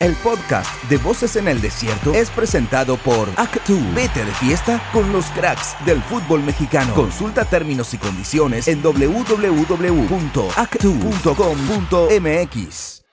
El podcast de Voces en el Desierto es presentado por Actu. Vete de fiesta con los cracks del fútbol mexicano. Consulta términos y condiciones en www.actu.com.mx.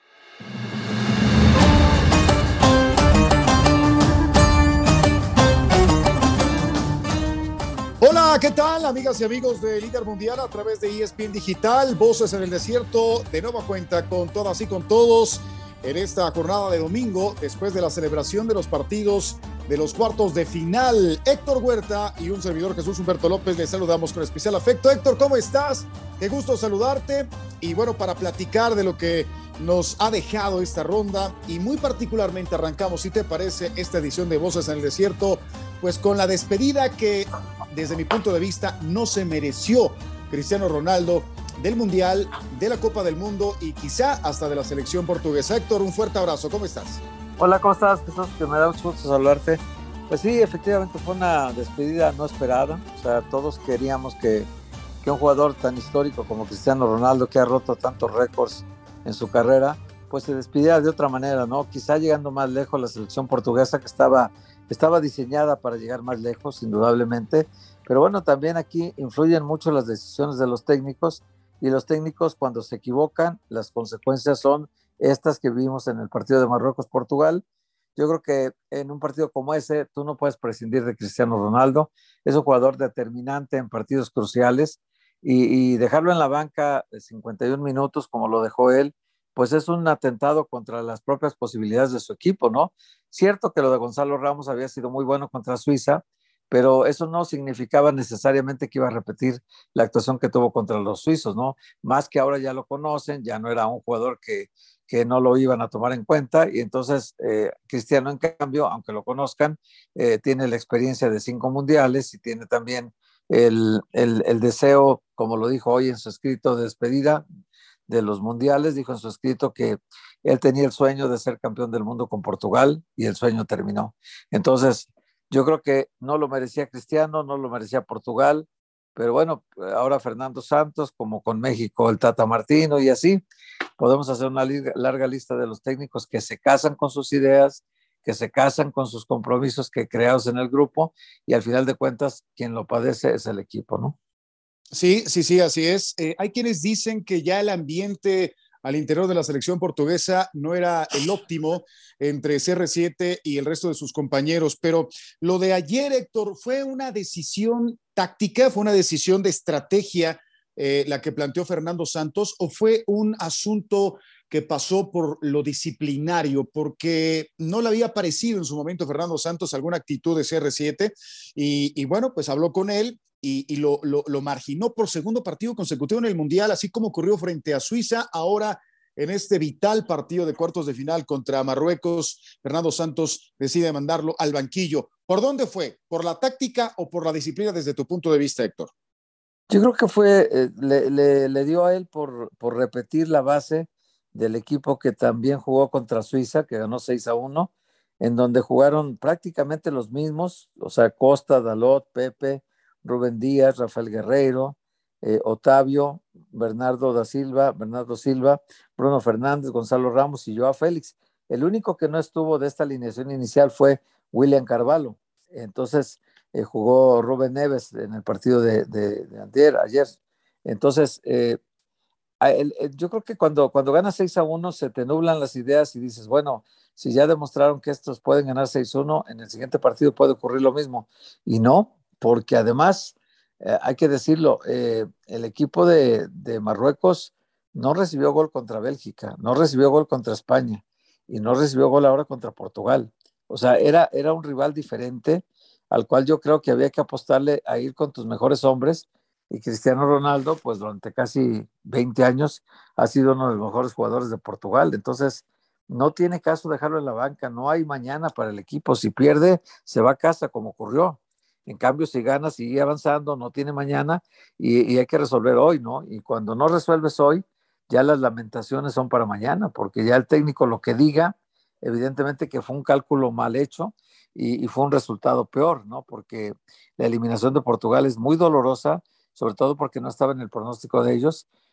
Hola, ¿qué tal, amigas y amigos de Líder Mundial a través de ESPN Digital? Voces en el Desierto, de nueva cuenta con todas y con todos en esta jornada de domingo, después de la celebración de los partidos de los cuartos de final. Héctor Huerta y un servidor, Jesús Humberto López, les saludamos con especial afecto. Héctor, ¿cómo estás? Qué gusto saludarte. Y bueno, para platicar de lo que nos ha dejado esta ronda y muy particularmente arrancamos, si te parece, esta edición de Voces en el Desierto, pues con la despedida que desde mi punto de vista no se mereció Cristiano Ronaldo del Mundial, de la Copa del Mundo y quizá hasta de la selección portuguesa. Héctor, un fuerte abrazo, ¿cómo estás? Hola, ¿cómo estás, Jesús? Que me da mucho gusto saludarte. Pues sí, efectivamente fue una despedida no esperada, o sea, todos queríamos que un jugador tan histórico como Cristiano Ronaldo, que ha roto tantos récords en su carrera, pues se despidiera de otra manera, ¿no? Quizá llegando más lejos la selección portuguesa, que estaba diseñada para llegar más lejos, indudablemente, pero bueno, también aquí influyen mucho las decisiones de los técnicos, y los técnicos cuando se equivocan, las consecuencias son estas que vimos en el partido de Marruecos-Portugal. Yo creo que en un partido como ese, tú no puedes prescindir de Cristiano Ronaldo, es un jugador determinante en partidos cruciales, y dejarlo en la banca de 51 minutos como lo dejó él, pues es un atentado contra las propias posibilidades de su equipo, ¿no? Cierto que lo de Gonzalo Ramos había sido muy bueno contra Suiza, pero eso no significaba necesariamente que iba a repetir la actuación que tuvo contra los suizos, ¿no? Más que ahora ya lo conocen, ya no era un jugador que no lo iban a tomar en cuenta, y entonces Cristiano, en cambio, aunque lo conozcan, tiene la experiencia de 5 mundiales y tiene también el deseo, como lo dijo hoy en su escrito de despedida de los mundiales, dijo en su escrito que él tenía el sueño de ser campeón del mundo con Portugal y el sueño terminó. Entonces, yo creo que no lo merecía Cristiano, no lo merecía Portugal, pero bueno, ahora Fernando Santos, como con México el Tata Martino, y así podemos hacer una larga lista de los técnicos que se casan con sus ideas, que se casan con sus compromisos que creados en el grupo, y al final de cuentas quien lo padece es el equipo, ¿no? Sí, así es. Hay quienes dicen que ya el ambiente al interior de la selección portuguesa no era el óptimo entre CR7 y el resto de sus compañeros, pero lo de ayer, Héctor, fue una decisión táctica, fue una decisión de estrategia la que planteó Fernando Santos, o fue un asunto que pasó por lo disciplinario, porque no le había parecido en su momento a Fernando Santos alguna actitud de CR7 y bueno, pues habló con él y lo marginó por segundo partido consecutivo en el Mundial, así como ocurrió frente a Suiza. Ahora, en este vital partido de cuartos de final contra Marruecos, Fernando Santos decide mandarlo al banquillo. ¿Por dónde fue? ¿Por la táctica o por la disciplina desde tu punto de vista, Héctor? Yo creo que fue, le dio a él por repetir la base del equipo que también jugó contra Suiza, que ganó 6-1, en donde jugaron prácticamente los mismos, o sea, Costa, Dalot, Pepe, Rubén Díaz, Rafael Guerreiro, Otavio, Bernardo Silva, Bruno Fernández, Gonzalo Ramos y Joao Félix. El único que no estuvo de esta alineación inicial fue William Carvalho. Entonces, jugó Rubén Neves en el partido de ayer. Entonces, yo creo que cuando ganas 6-1 se te nublan las ideas y dices, bueno, si ya demostraron que estos pueden ganar 6-1, en el siguiente partido puede ocurrir lo mismo. Y no, porque además, hay que decirlo, el equipo de Marruecos no recibió gol contra Bélgica, no recibió gol contra España y no recibió gol ahora contra Portugal. O sea, era un rival diferente al cual yo creo que había que apostarle a ir con tus mejores hombres, y Cristiano Ronaldo, pues durante casi 20 años ha sido uno de los mejores jugadores de Portugal. Entonces, no tiene caso dejarlo en la banca, no hay mañana para el equipo. Si pierde, se va a casa, como ocurrió. En cambio, si gana, sigue avanzando, no tiene mañana, y hay que resolver hoy, ¿no? Y cuando no resuelves hoy, ya las lamentaciones son para mañana, porque ya el técnico lo que diga, evidentemente que fue un cálculo mal hecho, y fue un resultado peor, ¿no? Porque la eliminación de Portugal es muy dolorosa, sobre todo porque no estaba en el pronóstico de ellos,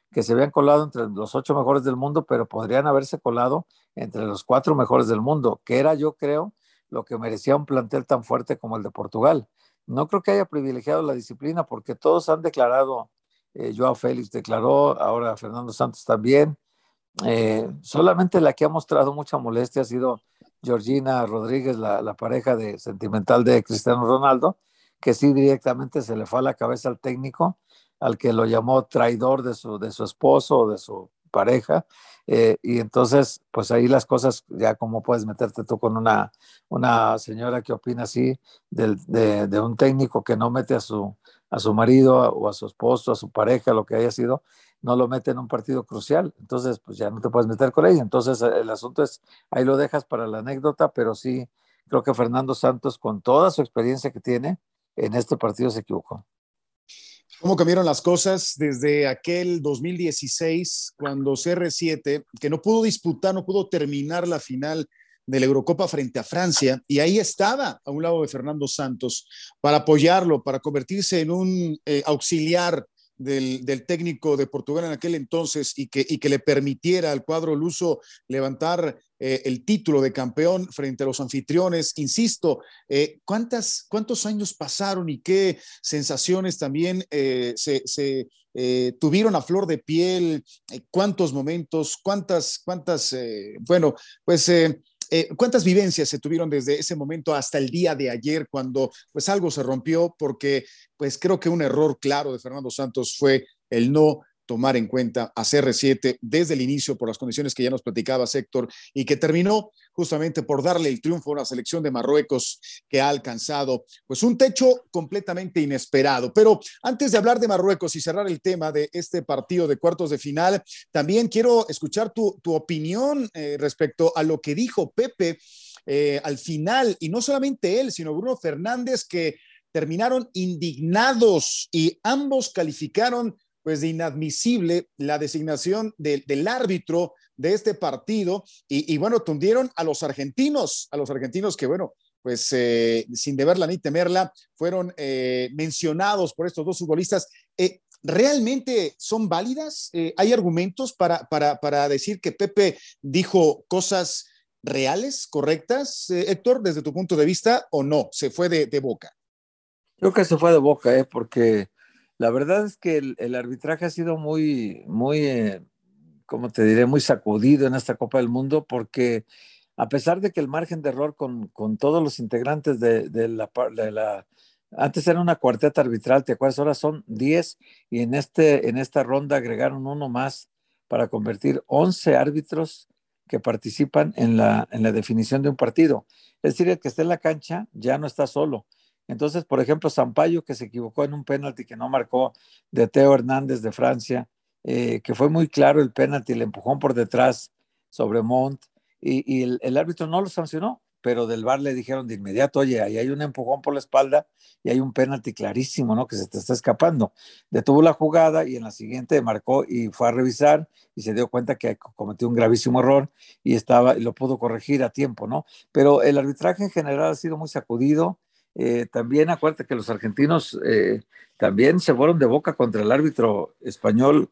que se habían colado entre los 8 mejores del mundo, pero podrían haberse colado entre los 4 mejores del mundo, que era, yo creo, lo que merecía un plantel tan fuerte como el de Portugal. No creo que haya privilegiado la disciplina, porque todos han declarado, Joao Félix declaró, ahora Fernando Santos también. Solamente la que ha mostrado mucha molestia ha sido Georgina Rodríguez, la pareja sentimental de Cristiano Ronaldo, que sí directamente se le fue a la cabeza al técnico, al que lo llamó traidor de su esposo o de su pareja, y entonces pues ahí las cosas, ya como puedes meterte tú con una señora que opina así de un técnico que no mete a su marido o a su esposo, a su pareja, lo que haya sido, no lo mete en un partido crucial, entonces pues ya no te puedes meter con ella. Entonces el asunto es, ahí lo dejas para la anécdota, pero sí creo que Fernando Santos, con toda su experiencia que tiene, en este partido se equivocó. ¿Cómo cambiaron las cosas desde aquel 2016, cuando CR7, que no pudo disputar, no pudo terminar la final de la Eurocopa frente a Francia, y ahí estaba a un lado de Fernando Santos para apoyarlo, para convertirse en un auxiliar del técnico de Portugal en aquel entonces, y que le permitiera al cuadro luso levantar el título de campeón frente a los anfitriones? Insisto, ¿cuántos años pasaron y qué sensaciones también tuvieron a flor de piel? ¿Cuántos momentos? Bueno, pues ¿cuántas vivencias se tuvieron desde ese momento hasta el día de ayer, cuando pues algo se rompió? Porque pues creo que un error claro de Fernando Santos fue el no tomar en cuenta a CR7 desde el inicio, por las condiciones que ya nos platicaba Héctor, y que terminó justamente por darle el triunfo a una selección de Marruecos que ha alcanzado pues un techo completamente inesperado. Pero antes de hablar de Marruecos y cerrar el tema de este partido de cuartos de final, también quiero escuchar tu opinión respecto a lo que dijo Pepe al final, y no solamente él, sino Bruno Fernández, que terminaron indignados y ambos calificaron pues de inadmisible la designación del árbitro de este partido, y bueno, tundieron a los argentinos que bueno, pues sin deberla ni temerla, fueron mencionados por estos dos futbolistas. ¿Realmente son válidas? ¿Hay argumentos para decir que Pepe dijo cosas reales, correctas, Héctor, desde tu punto de vista, o no? ¿Se fue de boca? Creo que se fue de boca, porque la verdad es que el arbitraje ha sido muy, muy, ¿cómo te diré? Muy sacudido en esta Copa del Mundo, porque a pesar de que el margen de error con todos los integrantes antes era una cuarteta arbitral, ¿te acuerdas? Ahora son 10, y en esta ronda agregaron uno más para convertir 11 árbitros que participan en la definición de un partido. Es decir, el que esté en la cancha ya no está solo. Entonces, por ejemplo, Sampaio, que se equivocó en un penalti que no marcó, de Teo Hernández de Francia, que fue muy claro el penalti, el empujón por detrás sobre Montt, y el árbitro no lo sancionó, pero del VAR le dijeron de inmediato: oye, ahí hay un empujón por la espalda y hay un penalti clarísimo, ¿no? Que se te está escapando. Detuvo la jugada y en la siguiente marcó y fue a revisar y se dio cuenta que cometió un gravísimo error y lo pudo corregir a tiempo, ¿no? Pero el arbitraje en general ha sido muy sacudido. También acuérdate que los argentinos también se fueron de boca contra el árbitro español,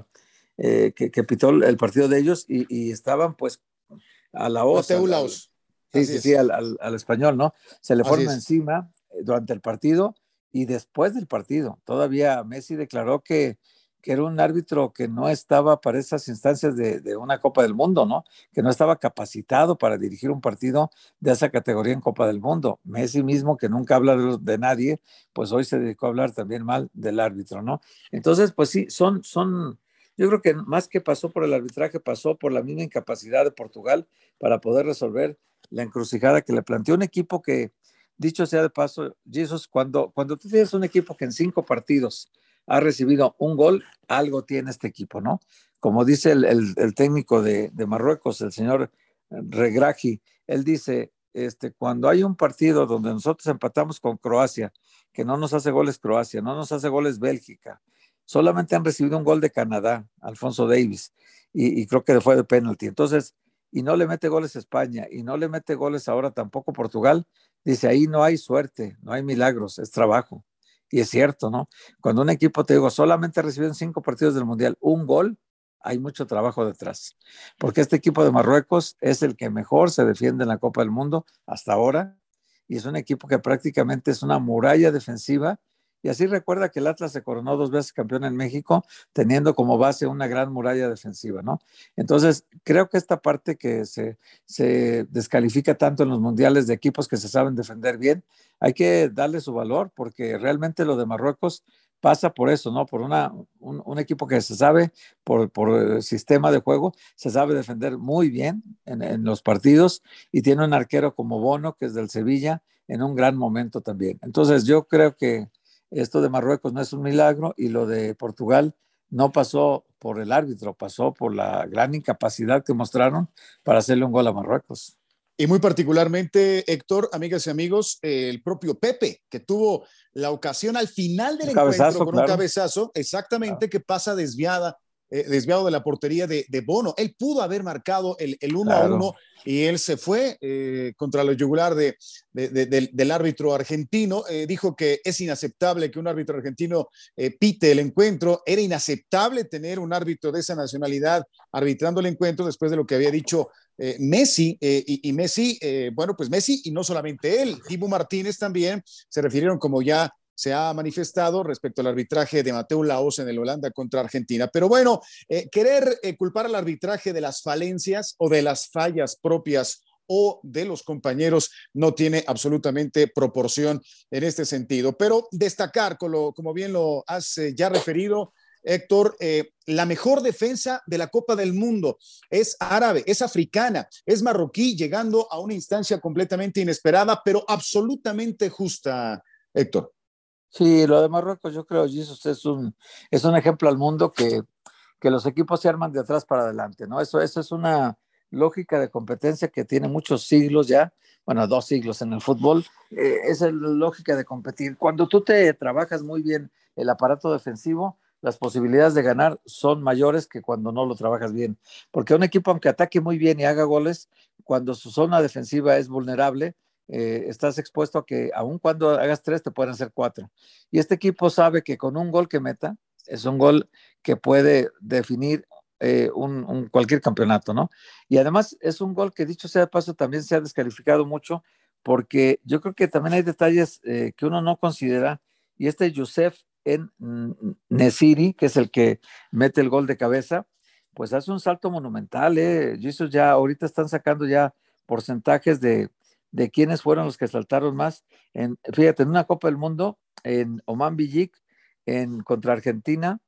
que pitó el partido de ellos, y estaban pues a la hoz. Mateu Laos. Sí, Así sí, sí, es. al español, ¿no? Se le Así fueron es. encima durante el partido y después del partido. Todavía Messi declaró que era un árbitro que no estaba para esas instancias de una Copa del Mundo, ¿no? Que no estaba capacitado para dirigir un partido de esa categoría en Copa del Mundo. Messi mismo, que nunca habla de nadie, pues hoy se dedicó a hablar también mal del árbitro, ¿no? Entonces, pues sí, yo creo que más que pasó por el arbitraje, pasó por la misma incapacidad de Portugal para poder resolver la encrucijada que le planteó un equipo que, dicho sea de paso, Jesus, cuando tú tienes un equipo que en 5 partidos ha recibido un gol, algo tiene este equipo, ¿no? Como dice el técnico de Marruecos, el señor Regraji, él dice, cuando hay un partido donde nosotros empatamos con Croacia, que no nos hace goles Croacia, no nos hace goles Bélgica, solamente han recibido un gol de Canadá, Alfonso Davies, y creo que fue de penalti. Entonces, y no le mete goles a España, y no le mete goles ahora tampoco Portugal, dice, ahí no hay suerte, no hay milagros, es trabajo. Y es cierto, ¿no? Cuando un equipo, te digo, solamente recibió en 5 partidos del Mundial un gol, hay mucho trabajo detrás. Porque este equipo de Marruecos es el que mejor se defiende en la Copa del Mundo hasta ahora, y es un equipo que prácticamente es una muralla defensiva. Y así recuerda que el Atlas se coronó 2 veces campeón en México, teniendo como base una gran muralla defensiva, ¿no? Entonces, creo que esta parte que se descalifica tanto en los mundiales de equipos que se saben defender bien, hay que darle su valor, porque realmente lo de Marruecos pasa por eso, ¿no? Por un equipo que se sabe, por sistema de juego, se sabe defender muy bien en los partidos, y tiene un arquero como Bono, que es del Sevilla, en un gran momento también. Entonces, yo creo que esto de Marruecos no es un milagro, y lo de Portugal no pasó por el árbitro, pasó por la gran incapacidad que mostraron para hacerle un gol a Marruecos. Y muy particularmente, Héctor, amigas y amigos, el propio Pepe, que tuvo la ocasión al final del encuentro con un cabezazo, exactamente, que pasa desviado de la portería de Bono. Él pudo haber marcado el 1-1 y él se fue contra la yugular del árbitro argentino. Dijo que es inaceptable que un árbitro argentino pite el encuentro. Era inaceptable tener un árbitro de esa nacionalidad arbitrando el encuentro después de lo que había dicho Messi, y Messi, bueno, pues Messi, y no solamente él, Dibu Martínez también se refirieron, como ya se ha manifestado, respecto al arbitraje de Mateu Laoz en el Holanda contra Argentina. Pero bueno, querer culpar al arbitraje de las falencias o de las fallas propias o de los compañeros no tiene absolutamente proporción en este sentido. Pero destacar, como bien lo has ya referido, Héctor, la mejor defensa de la Copa del Mundo es árabe, es africana, es marroquí, llegando a una instancia completamente inesperada, pero absolutamente justa, Héctor. Sí, lo de Marruecos, yo creo, Jesus, es un ejemplo al mundo que los equipos se arman de atrás para adelante, ¿no? Eso es una lógica de competencia que tiene muchos siglos ya, bueno, 2 siglos en el fútbol. Esa es la lógica de competir. Cuando tú te trabajas muy bien el aparato defensivo, las posibilidades de ganar son mayores que cuando no lo trabajas bien. Porque un equipo, aunque ataque muy bien y haga goles, cuando su zona defensiva es vulnerable, estás expuesto a que aun cuando hagas 3, te pueden hacer 4. Y este equipo sabe que con un gol que meta, es un gol que puede definir cualquier campeonato, ¿no? Y además es un gol que, dicho sea de paso, también se ha descalificado mucho, porque yo creo que también hay detalles que uno no considera, y este Youssef En-Nesyri, que es el que mete el gol de cabeza, pues hace un salto monumental, Jesus, ya ahorita están sacando ya porcentajes de quiénes fueron los que saltaron más. Fíjate, en una Copa del Mundo, en Oman Bijik, contra Argentina,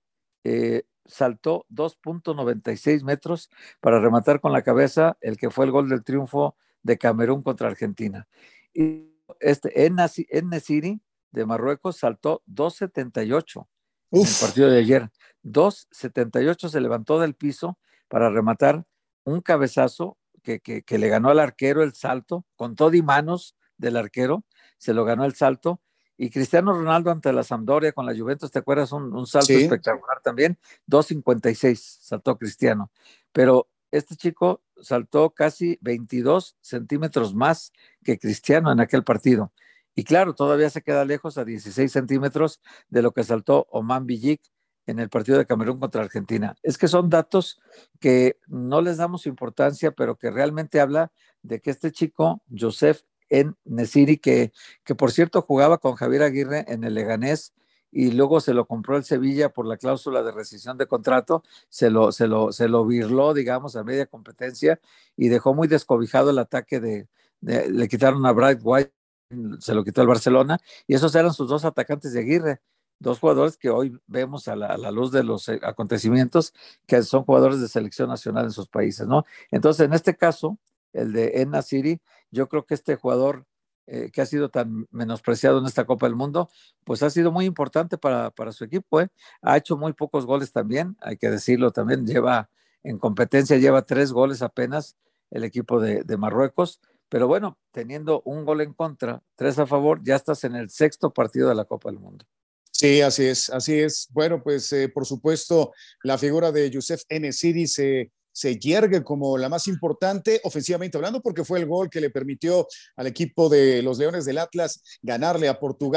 saltó 2.96 metros para rematar con la cabeza el que fue el gol del triunfo de Camerún contra Argentina. Y En-Nesyri de Marruecos saltó 2.78 en el partido de ayer. 2.78 se levantó del piso para rematar un cabezazo que le ganó al arquero el salto, con todo y manos del arquero, se lo ganó el salto. Y Cristiano Ronaldo ante la Sampdoria con la Juventus, ¿te acuerdas? Un salto espectacular también, 2.56 saltó Cristiano. Pero este chico saltó casi 22 centímetros más que Cristiano en aquel partido. Y claro, todavía se queda lejos, a 16 centímetros de lo que saltó Oman Bijik en el partido de Camerún contra Argentina. Es que son datos que no les damos importancia, pero que realmente habla de que este chico, Youssef En-Nesyri, que por cierto jugaba con Javier Aguirre en el Leganés, y luego se lo compró el Sevilla por la cláusula de rescisión de contrato, se lo birló, digamos, a media competencia, y dejó muy descobijado el ataque le quitaron a Bright White, se lo quitó el Barcelona, y esos eran sus 2 atacantes de Aguirre, 2 jugadores que hoy vemos a la luz de los acontecimientos, que son jugadores de selección nacional en sus países, ¿no? Entonces, en este caso, el de En-Nesyri, yo creo que este jugador que ha sido tan menospreciado en esta Copa del Mundo, pues ha sido muy importante para su equipo, ha hecho muy pocos goles también, hay que decirlo también, en competencia lleva 3 goles apenas el equipo de Marruecos, pero bueno, teniendo un gol en contra, 3 a favor, ya estás en el 6º partido de la Copa del Mundo. Sí, así es, así es. Bueno, pues por supuesto, la figura de Youssef En-Nesyri se yergue como la más importante ofensivamente hablando, porque fue el gol que le permitió al equipo de los Leones del Atlas ganarle a Portugal.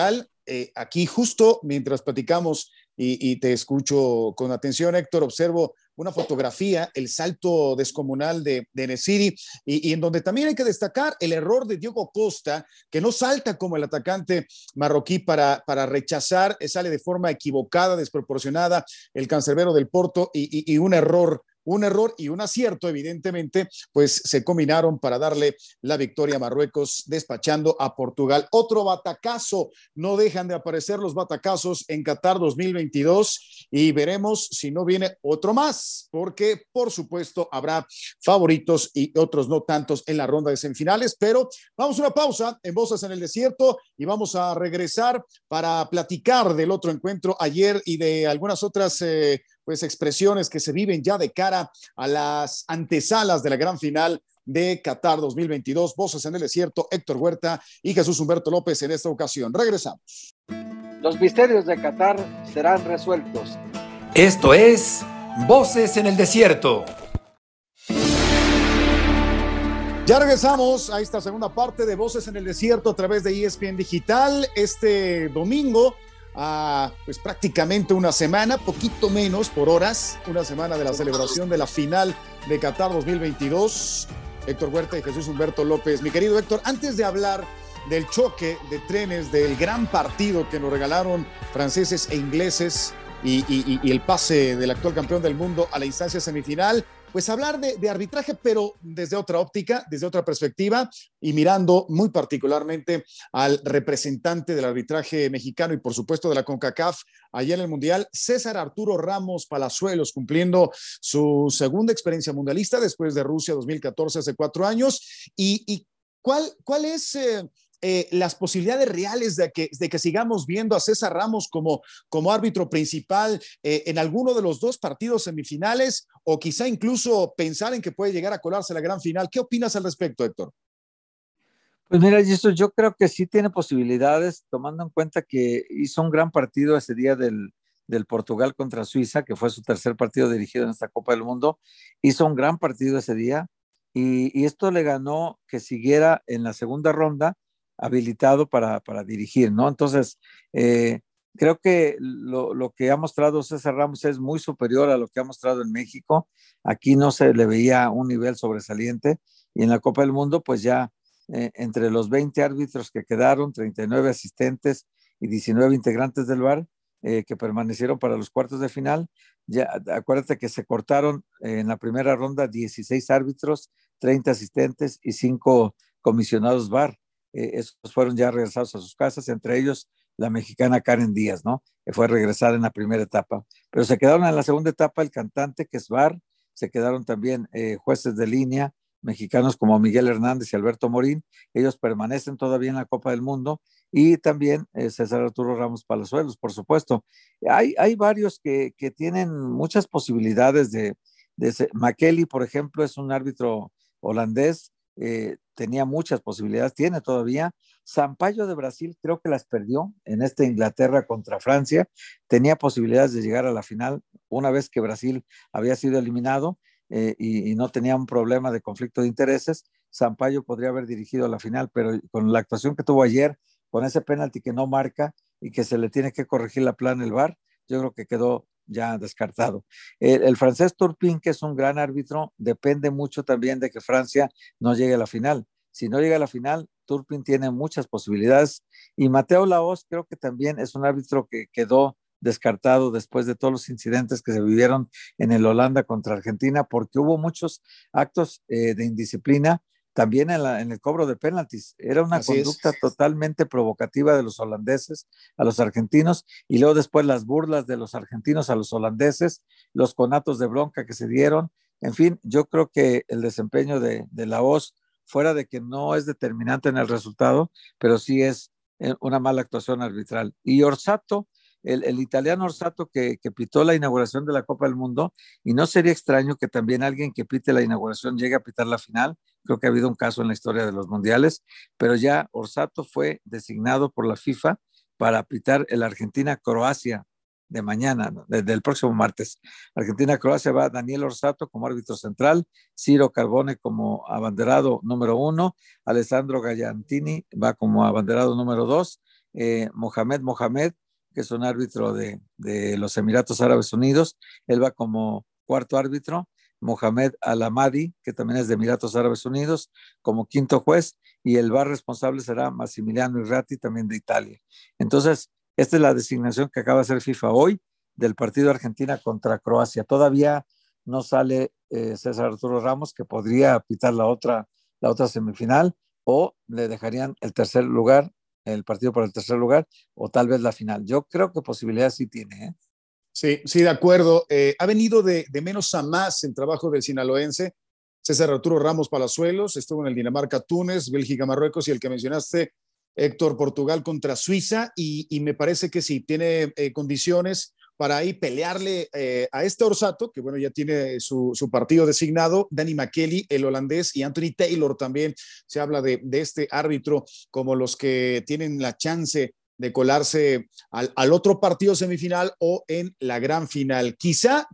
aquí justo mientras platicamos y te escucho con atención, Héctor, observo una fotografía, el salto descomunal de En-Nesyri, y en donde también hay que destacar el error de Diogo Costa, que no salta como el atacante marroquí para rechazar, sale de forma equivocada, desproporcionada, el cancerbero del Porto, y un error y un acierto, evidentemente, pues se combinaron para darle la victoria a Marruecos, despachando a Portugal. Otro batacazo, no dejan de aparecer los batacazos en Qatar 2022 y veremos si no viene otro más, porque por supuesto habrá favoritos y otros no tantos en la ronda de semifinales, pero vamos a una pausa en Voces en el Desierto y vamos a regresar para platicar del otro encuentro ayer y de algunas otras pues expresiones que se viven ya de cara a las antesalas de la gran final de Qatar 2022. Voces en el Desierto, Héctor Huerta y Jesús Humberto López en esta ocasión. Regresamos. Los misterios de Qatar serán resueltos. Esto es Voces en el Desierto. Ya regresamos a esta segunda parte de Voces en el Desierto a través de ESPN Digital. Este domingo, pues prácticamente una semana, poquito menos por horas, una semana de la celebración de la final de Qatar 2022. Héctor Huerta y Jesús Humberto López. Mi querido Héctor, antes de hablar del choque de trenes, del gran partido que nos regalaron franceses e ingleses y el pase del actual campeón del mundo a la instancia semifinal, pues hablar de arbitraje, pero desde otra óptica, desde otra perspectiva y mirando muy particularmente al representante del arbitraje mexicano y por supuesto de la CONCACAF allá en el Mundial, César Arturo Ramos Palazuelos, cumpliendo su segunda experiencia mundialista después de Rusia 2014, hace 4 años. ¿Y cuál es las posibilidades reales de que sigamos viendo a César Ramos como árbitro principal en alguno de los 2 partidos semifinales o quizá incluso pensar en que puede llegar a colarse a la gran final? ¿Qué opinas al respecto, Héctor? Pues mira, yo creo que sí tiene posibilidades, tomando en cuenta que hizo un gran partido ese día del Portugal contra Suiza, que fue su tercer partido dirigido en esta Copa del Mundo. Hizo un gran partido ese día y esto le ganó que siguiera en la segunda ronda habilitado para dirigir, ¿no? Entonces, creo que lo que ha mostrado César Ramos es muy superior a lo que ha mostrado en México. Aquí no se le veía un nivel sobresaliente y en la Copa del Mundo, pues ya entre los 20 árbitros que quedaron, 39 asistentes y 19 integrantes del VAR que permanecieron para los cuartos de final, ya acuérdate que se cortaron en la primera ronda 16 árbitros, 30 asistentes y 5 comisionados VAR. Esos fueron ya regresados a sus casas, entre ellos la mexicana Karen Díaz, ¿no? Que fue regresada en la primera etapa. Pero se quedaron en la segunda etapa el cantante, que es VAR, se quedaron también jueces de línea, mexicanos como Miguel Hernández y Alberto Morín, ellos permanecen todavía en la Copa del Mundo, y también César Arturo Ramos Palazuelos, por supuesto. Hay varios que tienen muchas posibilidades de McKelly, por ejemplo, es un árbitro holandés, tenía muchas posibilidades, tiene todavía. Sampaio de Brasil creo que las perdió en esta Inglaterra contra Francia, tenía posibilidades de llegar a la final una vez que Brasil había sido eliminado y no tenía un problema de conflicto de intereses. Sampaio podría haber dirigido la final, pero con la actuación que tuvo ayer, con ese penalti que no marca y que se le tiene que corregir la plana el VAR, yo creo que quedó ya descartado. El francés Turpin, que es un gran árbitro, depende mucho también de que Francia no llegue a la final. Si no llega a la final, Turpin tiene muchas posibilidades. Y Mateo Laoz creo que también es un árbitro que quedó descartado después de todos los incidentes que se vivieron en el Holanda contra Argentina, porque hubo muchos actos de indisciplina también en el cobro de penaltis. Era una conducta totalmente provocativa de los holandeses a los argentinos, y luego después las burlas de los argentinos a los holandeses, los conatos de bronca que se dieron. En fin, yo creo que el desempeño de Laoz, fuera de que no es determinante en el resultado, pero sí es una mala actuación arbitral. Y Orsato, el italiano Orsato que pitó la inauguración de la Copa del Mundo, y no sería extraño que también alguien que pite la inauguración llegue a pitar la final. Creo que ha habido un caso en la historia de los mundiales, pero ya Orsato fue designado por la FIFA para pitar el Argentina-Croacia de mañana, del próximo martes. Argentina-Croacia va Daniel Orsato como árbitro central, Ciro Carbone como abanderado número 1, Alessandro Gallantini va como abanderado número 2, Mohamed, que es un árbitro de los Emiratos Árabes Unidos. Él va como cuarto árbitro. Mohamed Al-Amadi, que también es de Emiratos Árabes Unidos, como quinto juez, y el VAR responsable será Massimiliano Irrati, también de Italia. Entonces, esta es la designación que acaba de hacer FIFA hoy del partido Argentina contra Croacia. Todavía no sale César Arturo Ramos, que podría pitar la otra semifinal, o le dejarían el tercer lugar, el partido por el tercer lugar, o tal vez la final. Yo creo que posibilidades sí tiene, ¿eh? Sí, sí, de acuerdo. Ha venido de menos a más el trabajo del sinaloense. César Arturo Ramos Palazuelos estuvo en el Dinamarca-Túnez, Bélgica-Marruecos y el que mencionaste, Héctor, Portugal contra Suiza. Y me parece que sí, tiene condiciones para ahí pelearle a este Orsato, que bueno, ya tiene su partido designado, Danny McKelly, el holandés, y Anthony Taylor también. Se habla de este árbitro como los que tienen la chance de colarse al otro partido semifinal o en la gran final. Quizá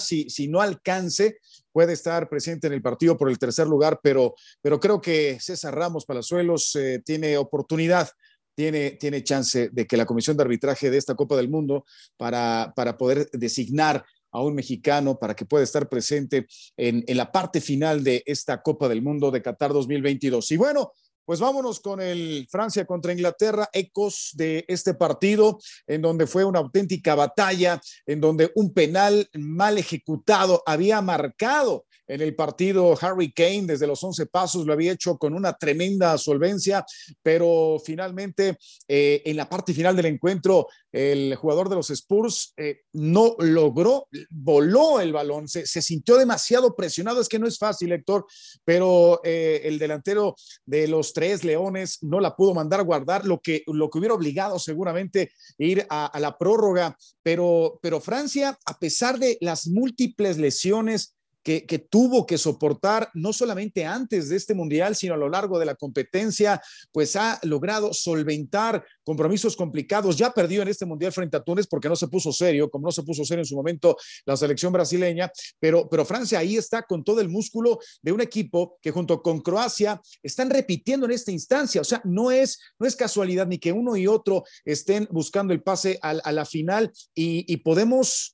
si no alcance, puede estar presente en el partido por el tercer lugar, pero creo que César Ramos Palazuelos tiene oportunidad, tiene chance de que la comisión de arbitraje de esta Copa del Mundo para poder designar a un mexicano para que pueda estar presente en la parte final de esta Copa del Mundo de Qatar 2022. Y bueno, pues vámonos con el Francia contra Inglaterra, ecos de este partido, en donde fue una auténtica batalla, en donde un penal mal ejecutado había marcado en el partido Harry Kane desde los 11 pasos, lo había hecho con una tremenda solvencia, pero finalmente en la parte final del encuentro el jugador de los Spurs no logró, voló el balón, se sintió demasiado presionado. Es que no es fácil, Héctor, pero el delantero de los Tres Leones no la pudo mandar a guardar, lo que hubiera obligado seguramente ir a la prórroga, pero Francia, a pesar de las múltiples lesiones que tuvo que soportar, no solamente antes de este mundial, sino a lo largo de la competencia, pues ha logrado solventar compromisos complicados. Ya perdió en este mundial frente a Túnez porque no se puso serio, como no se puso serio en su momento la selección brasileña, pero Francia ahí está con todo el músculo de un equipo que junto con Croacia están repitiendo en esta instancia. O sea, no es casualidad ni que uno y otro estén buscando el pase a la final y podemos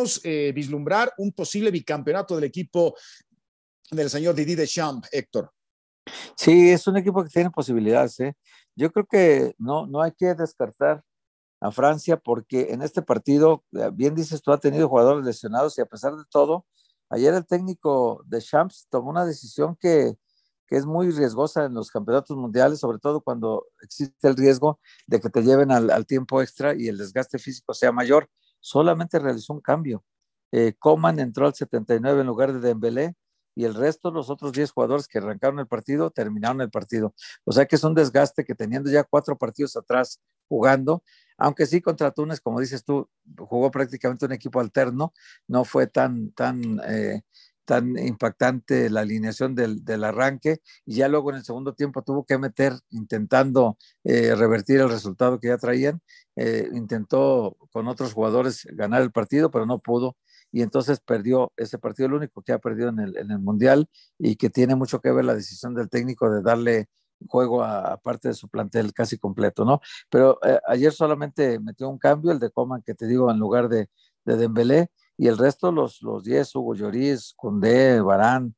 vislumbrar un posible bicampeonato del equipo del señor Didier Deschamps, Héctor. Sí, es un equipo que tiene posibilidades, ¿eh? Yo creo que no hay que descartar a Francia porque en este partido, bien dices tú, ha tenido jugadores lesionados y a pesar de todo, ayer el técnico Deschamps tomó una decisión que es muy riesgosa en los campeonatos mundiales, sobre todo cuando existe el riesgo de que te lleven al tiempo extra y el desgaste físico sea mayor. Solamente realizó un cambio. Coman entró al 79 en lugar de Dembélé y el resto, los otros 10 jugadores que arrancaron el partido, terminaron el partido. O sea que es un desgaste que teniendo ya 4 partidos atrás jugando, aunque sí contra Túnez, como dices tú, jugó prácticamente un equipo alterno, no fue tan impactante la alineación del arranque, y ya luego en el segundo tiempo tuvo que meter intentando revertir el resultado que ya traían, intentó con otros jugadores ganar el partido, pero no pudo, y entonces perdió ese partido, el único que ha perdido en el Mundial, y que tiene mucho que ver la decisión del técnico de darle juego a parte de su plantel casi completo, ¿no? Pero ayer solamente metió un cambio, el de Coman, que te digo, en lugar de Dembélé, y el resto, los 10, Hugo Lloris, Koundé, Varane,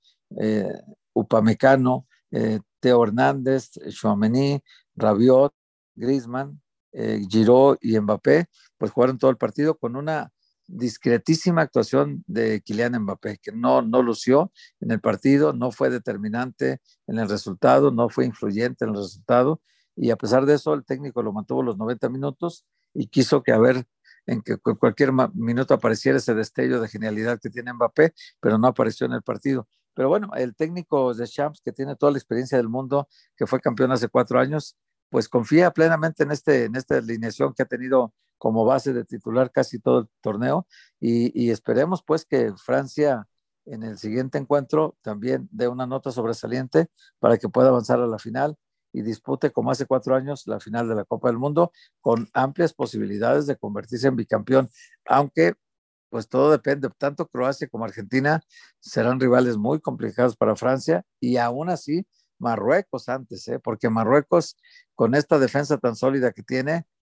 Upamecano, Teo Hernández, Tchouaméni, Rabiot, Griezmann, Giroud y Mbappé, pues jugaron todo el partido con una discretísima actuación de Kylian Mbappé, que no lució en el partido, no fue determinante en el resultado, no fue influyente en el resultado, y a pesar de eso el técnico lo mantuvo los 90 minutos y quiso que a ver en que cualquier minuto apareciera ese destello de genialidad que tiene Mbappé, pero no apareció en el partido. Pero bueno, el técnico de Champs, que tiene toda la experiencia del mundo, que fue campeón hace 4 años, pues confía plenamente en esta alineación que ha tenido como base de titular casi todo el torneo, y esperemos pues que Francia en el siguiente encuentro también dé una nota sobresaliente para que pueda avanzar a la final y dispute como hace 4 años la final de la Copa del Mundo con amplias posibilidades de convertirse en bicampeón, aunque pues todo depende, tanto Croacia como Argentina serán rivales muy complicados para Francia, y aún así Marruecos antes, porque Marruecos con esta defensa tan sólida que tiene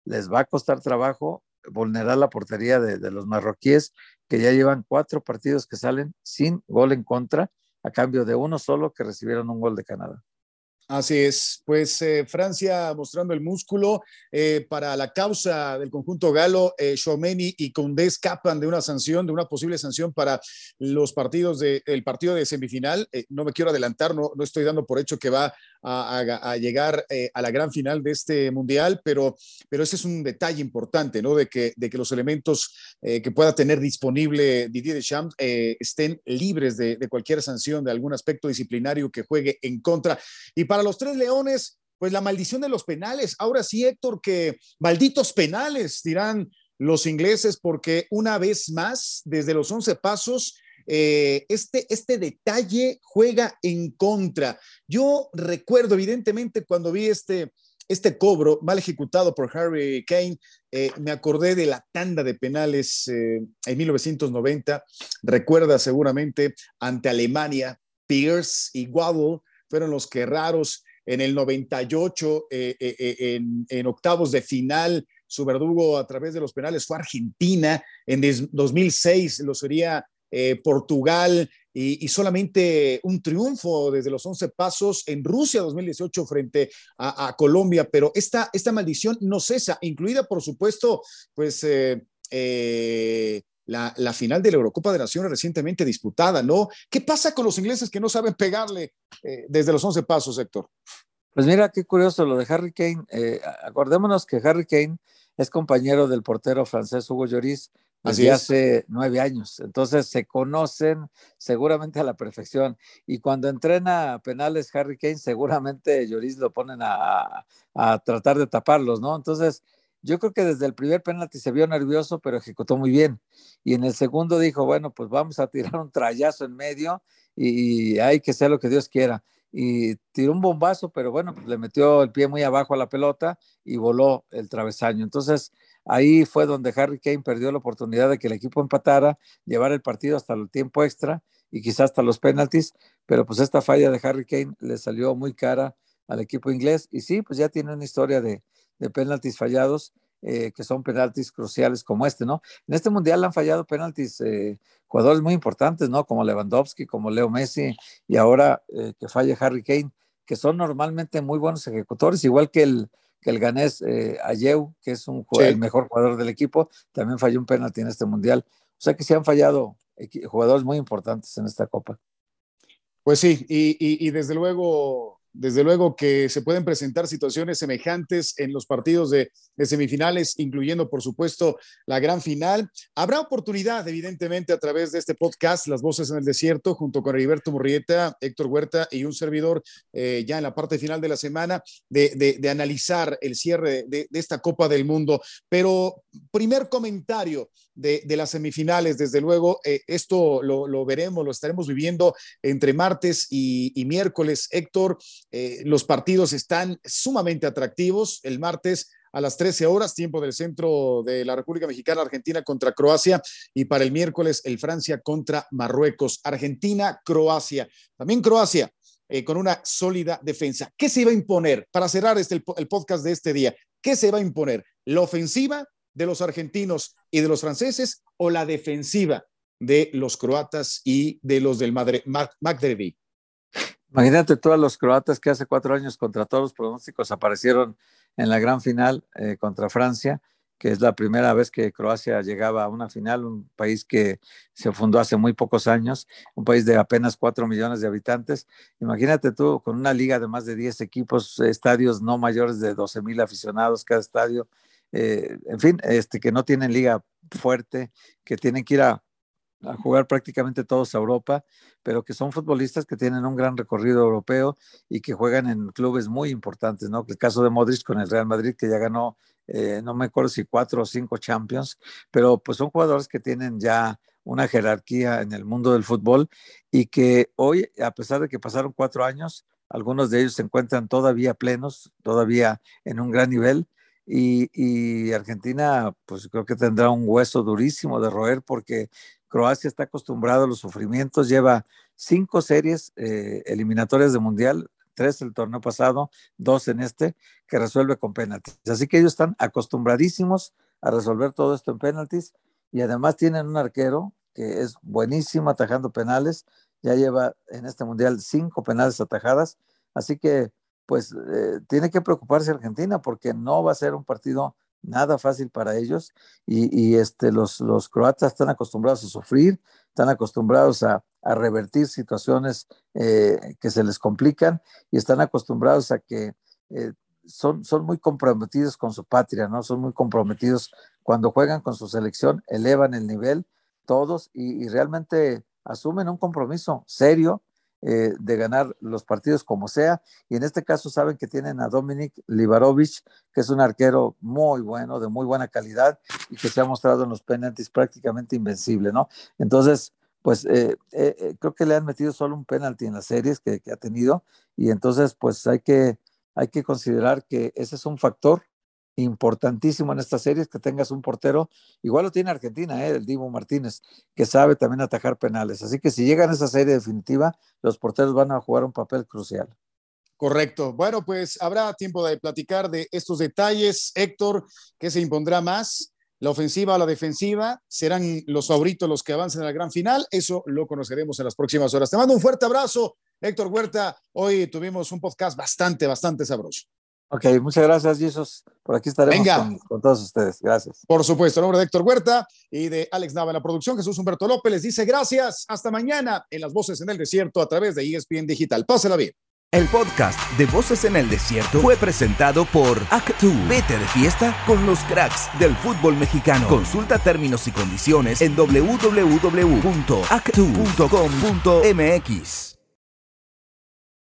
les va a costar trabajo vulnerar la portería de los marroquíes, que ya llevan 4 partidos que salen sin gol en contra, a cambio de uno solo que recibieron un gol de Canadá. Así es, pues Francia mostrando el músculo para la causa del conjunto galo. Tchouaméni y Koundé escapan de una sanción, de una posible sanción para los partidos el partido de semifinal. No me quiero adelantar, no estoy dando por hecho que va a llegar a la gran final de este mundial, pero ese es un detalle importante, ¿no? De que los elementos que pueda tener disponible Didier Deschamps estén libres de cualquier sanción, de algún aspecto disciplinario que juegue en contra. Y para los Tres Leones, pues la maldición de los penales. Ahora sí, Héctor, que malditos penales, dirán los ingleses, porque una vez más, desde los 11 pasos, este detalle juega en contra. Yo recuerdo, evidentemente, cuando vi este cobro mal ejecutado por Harry Kane, me acordé de la tanda de penales en 1990. Recuerda seguramente ante Alemania, Pierce y Waddle fueron los que raros. En el 98, en octavos de final, su verdugo a través de los penales fue Argentina. En 2006 lo sería Portugal, y solamente un triunfo desde los 11 pasos en Rusia 2018 frente a Colombia. Pero esta maldición no cesa, incluida, por supuesto, pues la final de la Eurocopa de Naciones recientemente disputada, ¿no? ¿Qué pasa con los ingleses que no saben pegarle desde los 11 pasos, Héctor? Pues mira, qué curioso lo de Harry Kane. Acordémonos que Harry Kane es compañero del portero francés Hugo Lloris desde hace 9 años. Entonces se conocen seguramente a la perfección. Y cuando entrena penales Harry Kane, seguramente Lloris lo ponen a tratar de taparlos, ¿no? Entonces, yo creo que desde el primer penalti se vio nervioso, pero ejecutó muy bien. Y en el segundo dijo, bueno, pues vamos a tirar un trayazo en medio y hay que sea lo que Dios quiera. Y tiró un bombazo, pero bueno, pues le metió el pie muy abajo a la pelota y voló el travesaño. Entonces, ahí fue donde Harry Kane perdió la oportunidad de que el equipo empatara, llevar el partido hasta el tiempo extra y quizás hasta los penaltis, pero pues esta falla de Harry Kane le salió muy cara al equipo inglés. Y sí, pues ya tiene una historia de penaltis fallados, que son penaltis cruciales como este, ¿no? En este mundial han fallado penaltis jugadores muy importantes, ¿no? Como Lewandowski, como Leo Messi, y ahora que falle Harry Kane, que son normalmente muy buenos ejecutores, igual que el ganés Ayew, que es el mejor jugador del equipo, también falló un penalti en este mundial. O sea que sí han fallado jugadores muy importantes en esta Copa. Pues sí, y desde luego que se pueden presentar situaciones semejantes en los partidos de semifinales, incluyendo, por supuesto, la gran final. Habrá oportunidad, evidentemente, a través de este podcast, Las Voces en el Desierto, junto con Heriberto Murrieta, Héctor Huerta y un servidor, ya en la parte final de la semana, de analizar el cierre de esta Copa del Mundo. Pero primer comentario de las semifinales, desde luego, esto lo veremos, lo estaremos viviendo entre martes y miércoles, Héctor. Los partidos están sumamente atractivos. El martes a las 13 horas, tiempo del centro de la República Mexicana, Argentina contra Croacia, y para el miércoles el Francia contra Marruecos. Argentina, Croacia. También Croacia con una sólida defensa. ¿Qué se iba a imponer? Para cerrar el podcast de este día, ¿qué se va a imponer? ¿La ofensiva de los argentinos y de los franceses o la defensiva de los croatas y de los del Magdebi? Imagínate tú a los croatas que hace 4 años contra todos los pronósticos aparecieron en la gran final contra Francia, que es la primera vez que Croacia llegaba a una final, un país que se fundó hace muy pocos años, un país de apenas 4 millones de habitantes. Imagínate tú con una liga de más de 10 equipos, estadios no mayores de 12,000 aficionados cada estadio, en fin, que no tienen liga fuerte, que tienen que ir a jugar prácticamente todos a Europa, pero que son futbolistas que tienen un gran recorrido europeo y que juegan en clubes muy importantes, ¿no? El caso de Modric con el Real Madrid, que ya ganó, no me acuerdo si 4 o 5 Champions, pero pues son jugadores que tienen ya una jerarquía en el mundo del fútbol y que hoy, a pesar de que pasaron 4 años, algunos de ellos se encuentran todavía plenos, todavía en un gran nivel. Y Argentina, pues creo que tendrá un hueso durísimo de roer porque Croacia está acostumbrado a los sufrimientos, lleva 5 series eliminatorias de mundial 3 el torneo pasado, 2 en este, que resuelve con penaltis. Así que ellos están acostumbradísimos a resolver todo esto en penaltis, y además tienen un arquero que es buenísimo atajando penales, ya lleva en este mundial 5 penales atajadas, así que pues tiene que preocuparse Argentina, porque no va a ser un partido nada fácil para ellos, y los croatas están acostumbrados a sufrir, están acostumbrados a revertir situaciones que se les complican, y están acostumbrados a que son muy comprometidos con su patria, ¿no? Son muy comprometidos cuando juegan con su selección, elevan el nivel todos, y realmente asumen un compromiso serio de ganar los partidos como sea, y en este caso saben que tienen a Dominik Livarovic, que es un arquero muy bueno, de muy buena calidad, y que se ha mostrado en los penaltis prácticamente invencible, ¿no? Entonces, pues creo que le han metido solo un penalti en las series que ha tenido, y entonces pues hay que considerar que ese es un factor importantísimo en estas series, que tengas un portero, igual lo tiene Argentina, el Dibu Martínez, que sabe también atajar penales, así que si llegan a esa serie definitiva, los porteros van a jugar un papel crucial. Correcto. Bueno, pues habrá tiempo de platicar de estos detalles. Héctor, ¿qué se impondrá más? ¿La ofensiva o la defensiva? ¿Serán los favoritos los que avancen a la gran final? Eso lo conoceremos en las próximas horas. Te mando un fuerte abrazo, Héctor Huerta. Hoy tuvimos un podcast bastante sabroso. Ok, muchas gracias, Jesus. Por aquí estaremos con todos ustedes. Gracias. Por supuesto, en nombre de Héctor Huerta y de Alex Nava en la producción, Jesús Humberto López les dice gracias. Hasta mañana en Las Voces en el Desierto a través de ESPN Digital. Pásela bien. El podcast de Voces en el Desierto fue presentado por Actu. Vete de fiesta con los cracks del fútbol mexicano. Consulta términos y condiciones en www.actu.com.mx.